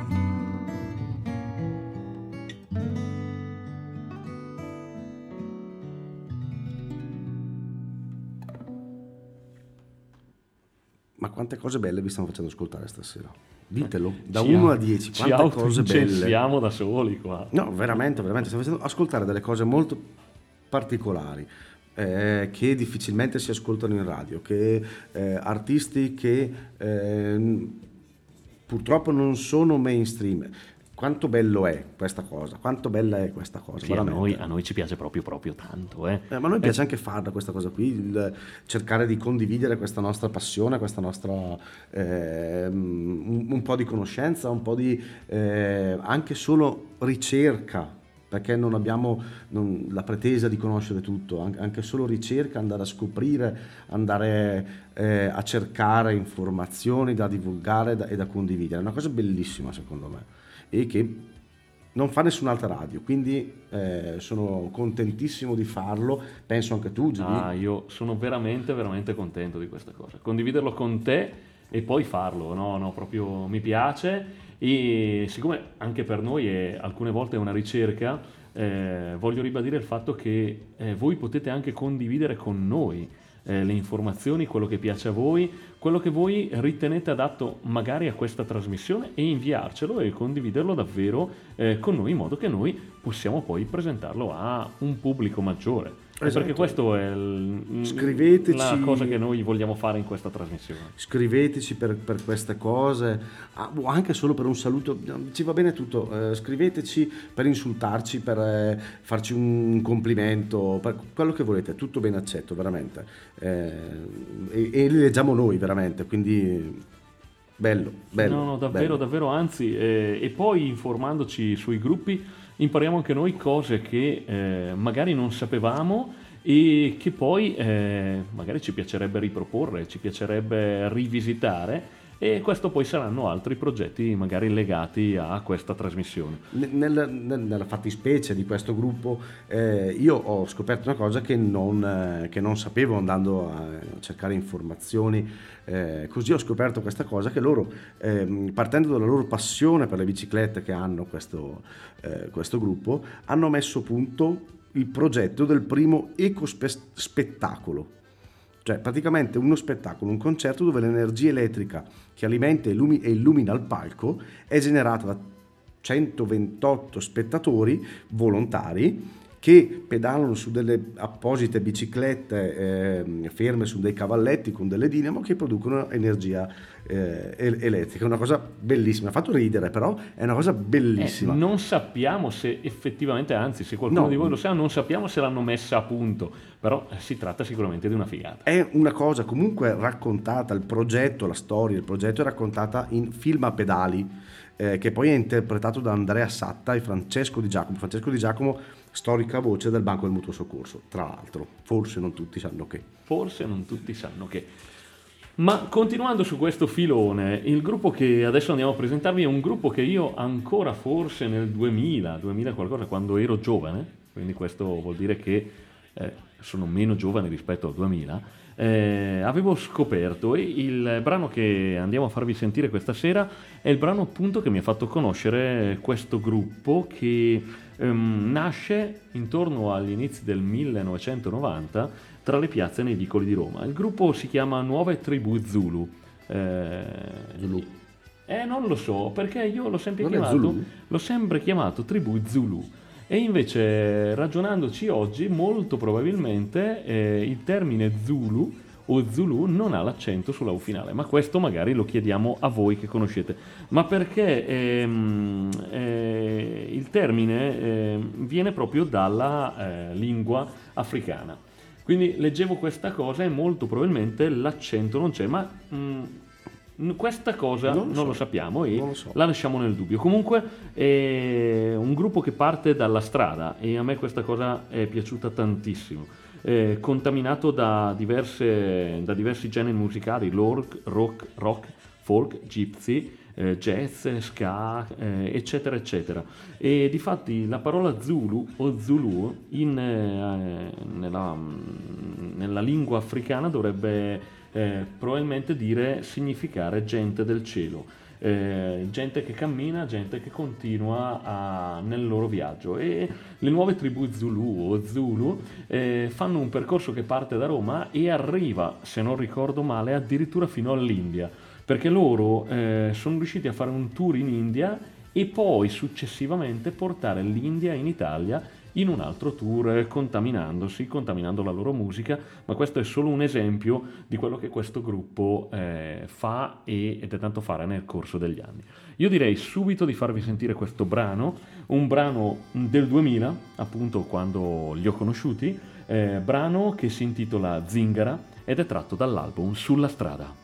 Ma quante cose belle vi stiamo facendo ascoltare stasera? Ditelo, da Ci uno au- a dieci, ci quante cose belle. autoincensiamo da soli qua. No, veramente, veramente, stiamo facendo ascoltare delle cose molto particolari, eh, che difficilmente si ascoltano in radio, che eh, artisti che eh, purtroppo non sono mainstream. Quanto bello è questa cosa, quanto bella è questa cosa, Sì, a, veramente. noi, a noi ci piace proprio proprio tanto. Eh. Eh, ma a noi piace anche farla questa cosa qui, il cercare di condividere questa nostra passione, questa nostra ehm, un, un po' di conoscenza, un po' di eh, anche solo ricerca, perché non abbiamo non- la pretesa di conoscere tutto, an- anche solo ricerca, andare a scoprire, andare eh, a cercare informazioni da divulgare da- e da condividere. È una cosa bellissima secondo me e che non fa nessun'altra radio, quindi eh, sono contentissimo di farlo, penso anche tu, Gigi. Ah, io sono veramente, veramente contento di questa cosa. Condividerlo con te e poi farlo, no, no, proprio mi piace. E siccome anche per noi è, alcune volte è una ricerca, eh, voglio ribadire il fatto che eh, voi potete anche condividere con noi eh, le informazioni, quello che piace a voi, quello che voi ritenete adatto magari a questa trasmissione e inviarcelo e condividerlo davvero eh, con noi in modo che noi possiamo poi presentarlo a un pubblico maggiore. Eh, Esatto. Perché questo è il- Scriveteci- la cosa che noi vogliamo fare in questa trasmissione. Scriveteci per, per queste cose, ah, o anche solo per un saluto, ci va bene tutto, eh, scriveteci per insultarci, per eh, farci un complimento, per quello che volete, tutto ben accetto, veramente. Eh, e, e li leggiamo noi, veramente, quindi bello, bello. No, no, davvero, bello. davvero, anzi, eh, e poi informandoci sui gruppi impariamo anche noi cose che eh, magari non sapevamo e che poi eh, magari ci piacerebbe riproporre, ci piacerebbe rivisitare, e questo poi saranno altri progetti magari legati a questa trasmissione. Nel, nel, nella fattispecie di questo gruppo eh, io ho scoperto una cosa che non, eh, che non sapevo andando a cercare informazioni, eh, così ho scoperto questa cosa, che loro eh, partendo dalla loro passione per le biciclette che hanno questo, eh, questo gruppo, hanno messo a punto il progetto del primo ecospettacolo. Cioè praticamente uno spettacolo, un concerto dove l'energia elettrica che alimenta e illumina il palco è generata da centoventotto spettatori volontari che pedalano su delle apposite biciclette eh, ferme su dei cavalletti con delle dinamo che producono energia eh, elettrica. È una cosa bellissima, ha fatto ridere, però è una cosa bellissima. Eh, non sappiamo se effettivamente, anzi se qualcuno no, di voi lo sa, non sappiamo se l'hanno messa a punto, però eh, si tratta sicuramente di una figata. È una cosa comunque raccontata, il progetto, la storia, il progetto è raccontata in film a pedali, eh, che poi è interpretato da Andrea Satta e Francesco Di Giacomo. Francesco Di Giacomo, storica voce del Banco del Mutuo Soccorso, tra l'altro, forse non tutti sanno che. Forse non tutti sanno che. Ma continuando su questo filone, il gruppo che adesso andiamo a presentarvi è un gruppo che io ancora forse nel duemila, duemila qualcosa, quando ero giovane, quindi questo vuol dire che eh, sono meno giovane rispetto al duemila, eh, avevo scoperto, e il brano che andiamo a farvi sentire questa sera è il brano appunto che mi ha fatto conoscere questo gruppo che ehm, nasce intorno agli inizi del millenovecentonovanta tra le piazze nei vicoli di Roma. Il gruppo si chiama Nuove Tribù Zulu. Eh, Zulu. Eh, non lo so, perché io l'ho sempre Non è chiamato, Zulu? l'ho sempre chiamato Tribù Zulu. E invece, ragionandoci oggi, molto probabilmente eh, il termine Zulu o Zulu non ha l'accento sulla U finale, ma questo magari lo chiediamo a voi che conoscete. Ma perché ehm, eh, il termine eh, viene proprio dalla eh, lingua africana. Quindi leggevo questa cosa e molto probabilmente l'accento non c'è, ma mh, questa cosa non, lo, non so. lo sappiamo e non lo so. la lasciamo nel dubbio. Comunque è un gruppo che parte dalla strada e a me questa cosa è piaciuta tantissimo. È contaminato da, diverse, da diversi generi musicali, rock, rock, rock folk, gypsy, eh, jazz, ska, eh, eccetera eccetera. E difatti la parola Zulu o Zulu in, eh, nella, nella lingua africana dovrebbe eh, probabilmente dire significare gente del cielo, eh, gente che cammina, gente che continua a, nel loro viaggio. E le nuove tribù Zulu o Zulu eh, fanno un percorso che parte da Roma e arriva, se non ricordo male, addirittura fino all'India, perché loro eh, sono riusciti a fare un tour in India e poi successivamente portare l'India in Italia in un altro tour, eh, contaminandosi, contaminando la loro musica. Ma questo è solo un esempio di quello che questo gruppo eh, fa e, ed è tanto fare nel corso degli anni. Io direi subito di farvi sentire questo brano, un brano del duemila, appunto quando li ho conosciuti, eh, brano che si intitola Zingara ed è tratto dall'album Sulla strada.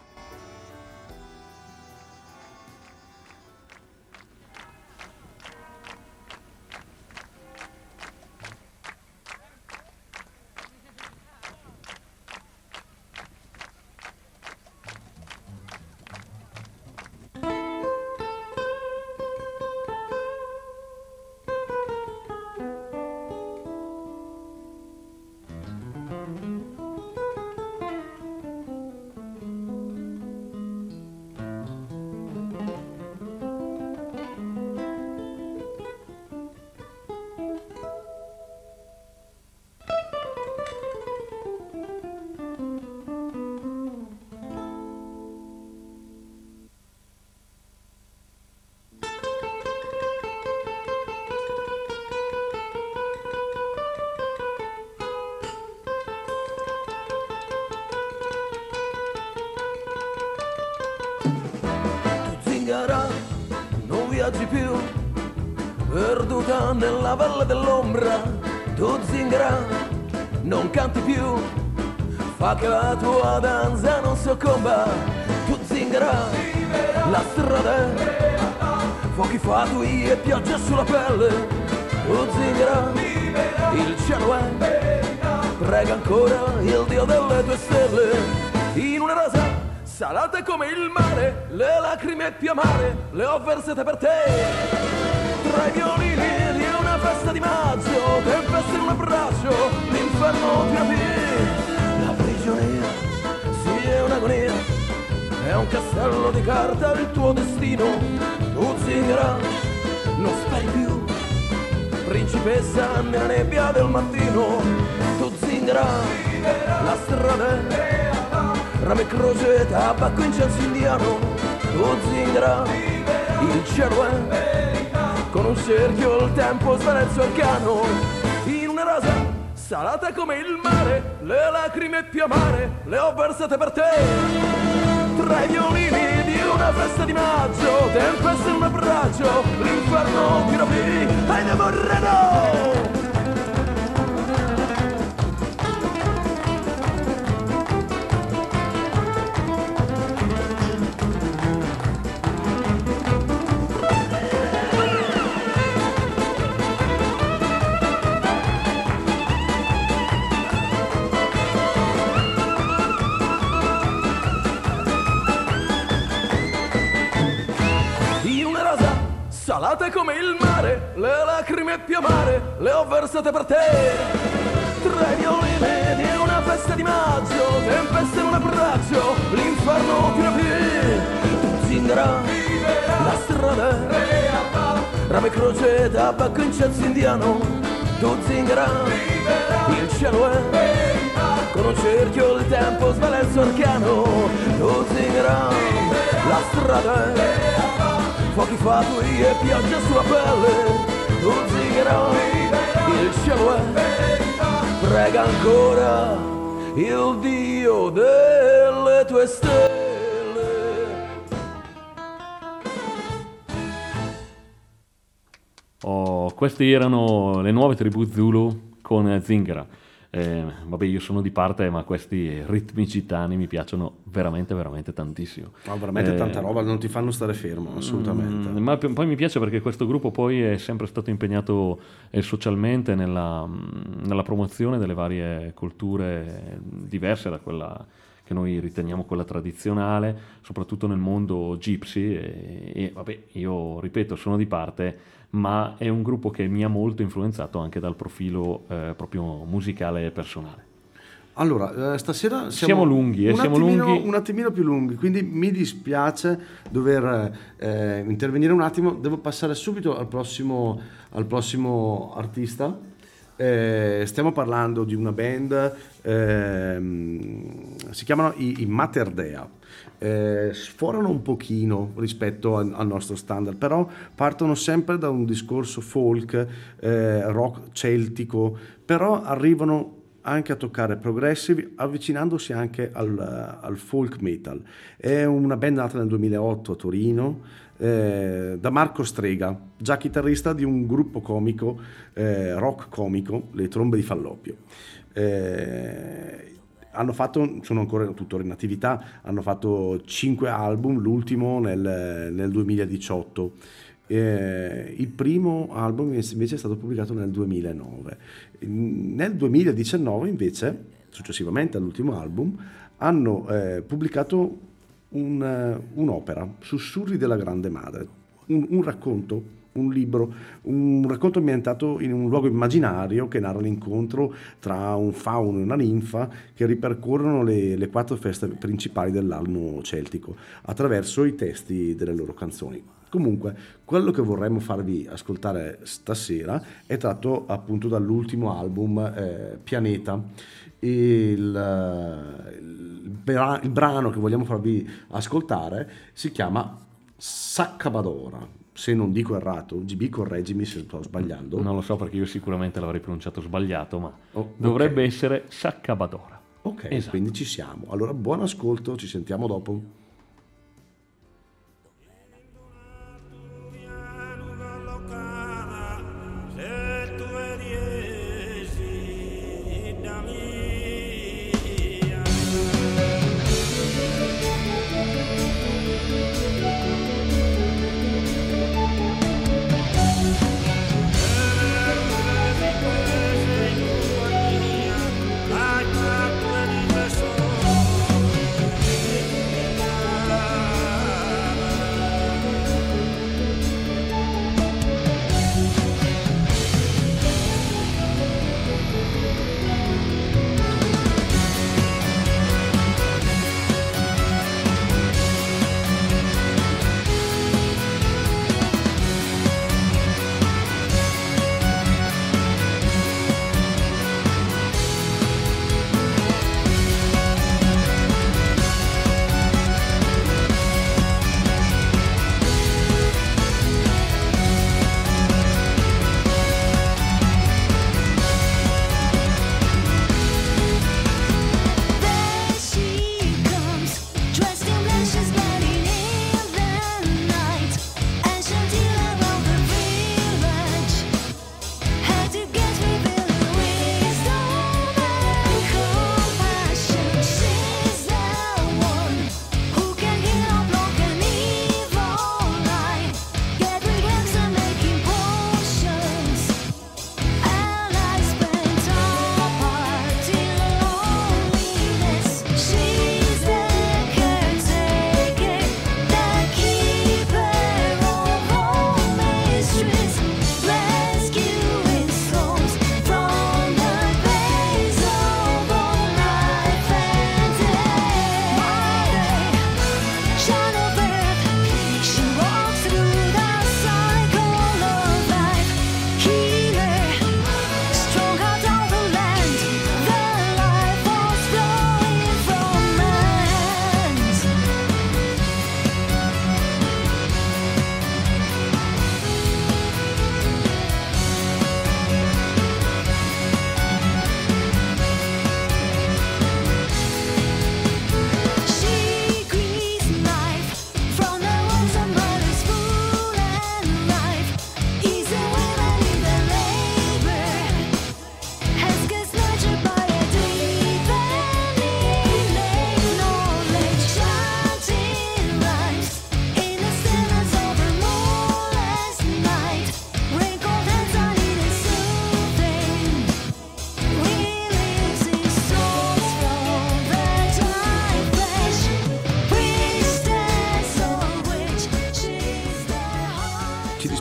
Non viaggi più, perduta nella valle dell'ombra. Tu zingara, non canti più, fa che la tua danza non soccomba. Tu zingara, la strada è fuochi fatui e pioggia sulla pelle. Tu zingara, il cielo è prega ancora il Dio delle tue stelle. In una rosa salate come il mare, le lacrime più amare le ho versate per te. Tra i violini di una festa di maggio, tempesta in un abbraccio, l'inferno ti aprì. La prigionia, sì è un'agonia, è un castello di carta il tuo destino. Tu zingara, non stai più, principessa nella nebbia del mattino. Tu zingara, la strada è rame croce, tabacco, incenso indiano. Tu zingara, il cielo è con un cerchio il tempo svanezzo arcano. In una rosa salata come il mare, le lacrime più amare le ho versate per te. Tra i violini di una festa di maggio, tempesta in un abbraccio, l'inferno ti rapì, hai da morrere. Salate come il mare, le lacrime più amare le ho versate per te. Tra i violini di una festa di maggio, tempesta in un abbraccio, l'inferno ti rapì. Tu zingara, la strada è rame croce, tabacco, incenso indiano. Tu zingara, il cielo è con un cerchio il tempo svalenzo arcano. Tu zingara, la strada è fuochi fatui e pioggia sulla pelle. Tu zingara, il cielo è prega ancora il Dio delle tue stelle. Oh, queste erano le nuove tribù Zulu con Zingara. Eh, vabbè, io sono di parte, ma questi ritmi gitani mi piacciono veramente veramente tantissimo. No, veramente eh, tanta roba, non ti fanno stare fermo assolutamente. Mm, ma p- poi mi piace perché questo gruppo poi è sempre stato impegnato eh, socialmente nella, nella promozione delle varie culture diverse da quella che noi riteniamo quella tradizionale, soprattutto nel mondo gypsy e, e vabbè, io ripeto, sono di parte, ma è un gruppo che mi ha molto influenzato anche dal profilo eh, proprio musicale e personale. Allora, eh, stasera siamo, siamo lunghi, eh, un, siamo attimino, lunghi. un attimino più lunghi, quindi mi dispiace dover eh, intervenire un attimo, devo passare subito al prossimo, al prossimo artista. Eh, stiamo parlando di una band, ehm, si chiamano i, i Mater Dea. Eh, sforano un pochino rispetto al, al nostro standard, però partono sempre da un discorso folk, eh, rock celtico, però arrivano anche a toccare progressive, avvicinandosi anche al, al folk metal. È una band nata nel duemilaotto a Torino, eh, da Marco Strega, già chitarrista di un gruppo comico, eh, rock comico, le Trombe di Falloppio. Eh, hanno fatto, sono ancora tuttora in attività, hanno fatto cinque album, l'ultimo nel, nel duemiladiciotto. Eh, il primo album invece è stato pubblicato nel duemilanove. Nel duemiladiciannove invece, successivamente all'ultimo album, hanno eh, pubblicato un, un'opera, Sussurri della Grande Madre, un, un racconto, un libro, un racconto ambientato in un luogo immaginario che narra l'incontro tra un fauno e una ninfa che ripercorrono le, le quattro feste principali dell'anno celtico attraverso i testi delle loro canzoni. Comunque, quello che vorremmo farvi ascoltare stasera è tratto appunto dall'ultimo album, eh, Pianeta. Il, il, bra- il brano che vogliamo farvi ascoltare si chiama Saccabadora. Se non dico errato, G B correggimi se sto sbagliando. Non lo so, perché io sicuramente l'avrei pronunciato sbagliato, ma oh, dovrebbe okay. essere Saccabadora. Ok, esatto. Quindi ci siamo. Allora, buon ascolto, ci sentiamo dopo. La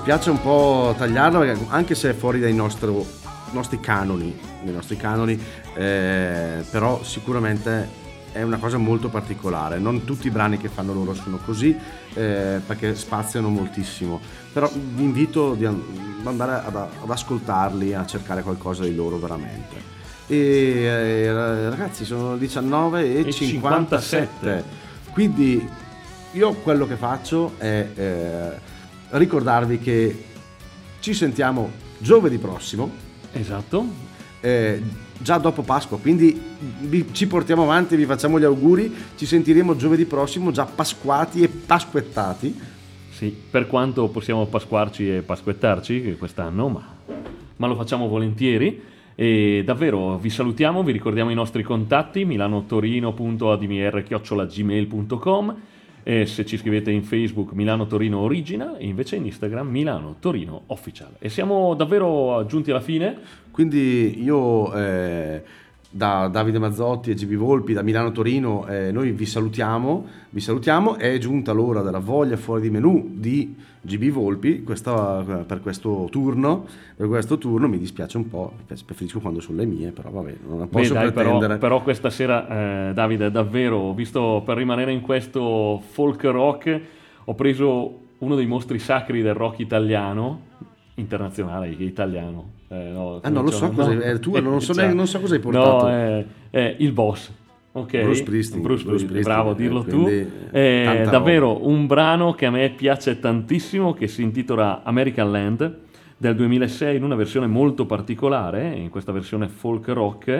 dispiace un po' tagliarla, perché anche se è fuori dai nostri, nostri canoni, dei nostri canoni, eh, però sicuramente è una cosa molto particolare. Non tutti i brani che fanno loro sono così, eh, perché spaziano moltissimo, però vi invito di andare ad, ad ascoltarli, a cercare qualcosa di loro veramente. E eh, ragazzi, sono diciannove e cinquantasette, quindi io quello che faccio è eh, ricordarvi che ci sentiamo giovedì prossimo, esatto, eh, già dopo Pasqua, quindi vi, ci portiamo avanti, vi facciamo gli auguri, ci sentiremo giovedì prossimo già pasquati e pasquettati. Sì, per quanto possiamo pasquarci e pasquettarci quest'anno, ma, ma lo facciamo volentieri. E davvero vi salutiamo, vi ricordiamo i nostri contatti: milanotorino punto admr chiocciola gmail punto com, e se ci scrivete in Facebook Milano Torino Original, e invece in Instagram Milano Torino Official. E siamo davvero giunti alla fine. Quindi io eh, da Davide Mazzotti e G B Volpi, da Milano Torino, eh, noi vi salutiamo, vi salutiamo. È giunta l'ora della voglia fuori di menù di G B Volpi questa, per questo turno. Per questo turno mi dispiace un po', preferisco quando sono le mie, però vabbè, non posso Beh, dai, pretendere. Però, però questa sera, eh, Davide, davvero, visto, per rimanere in questo folk rock, ho preso uno dei mostri sacri del rock italiano, internazionale, italiano. Eh, no, ah, non lo so, no, cosa è tu, non so, ne, non so cosa hai portato. No, è, è il boss. Okay. Bruce Springsteen, Bruce Bruce Springsteen, Springsteen, bravo a eh, dirlo quindi, tu. È davvero roba. Un brano che a me piace tantissimo, che si intitola American Land, del duemilasei, in una versione molto particolare, in questa versione folk rock,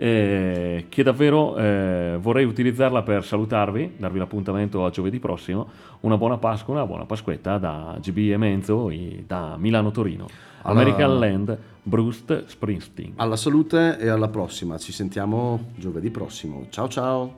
eh, che davvero eh, vorrei utilizzarla per salutarvi, darvi l'appuntamento a giovedì prossimo. Una buona Pasqua, una buona Pasquetta da G B e Menzo, da Milano Torino. Alla... American Land, Bruce Springsteen. Alla salute e alla prossima, ci sentiamo giovedì prossimo. Ciao ciao.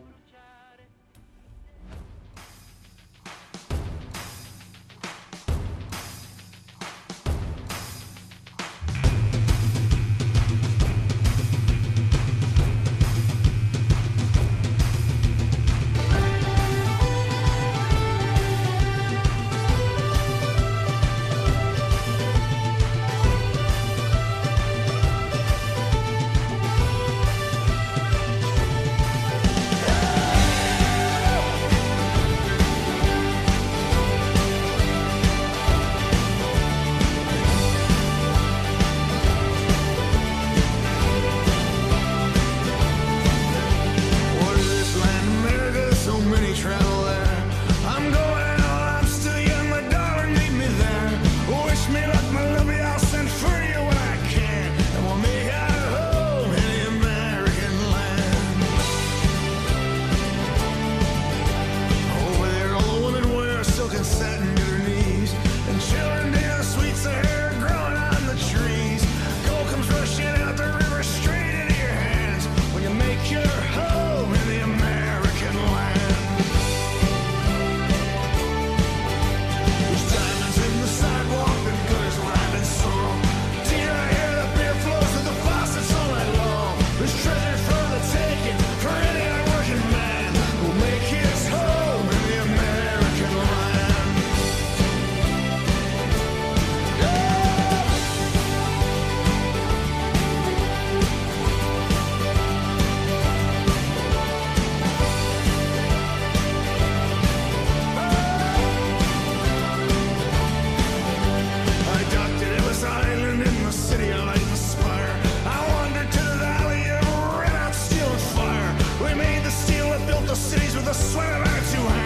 cities with a sweat of attitude.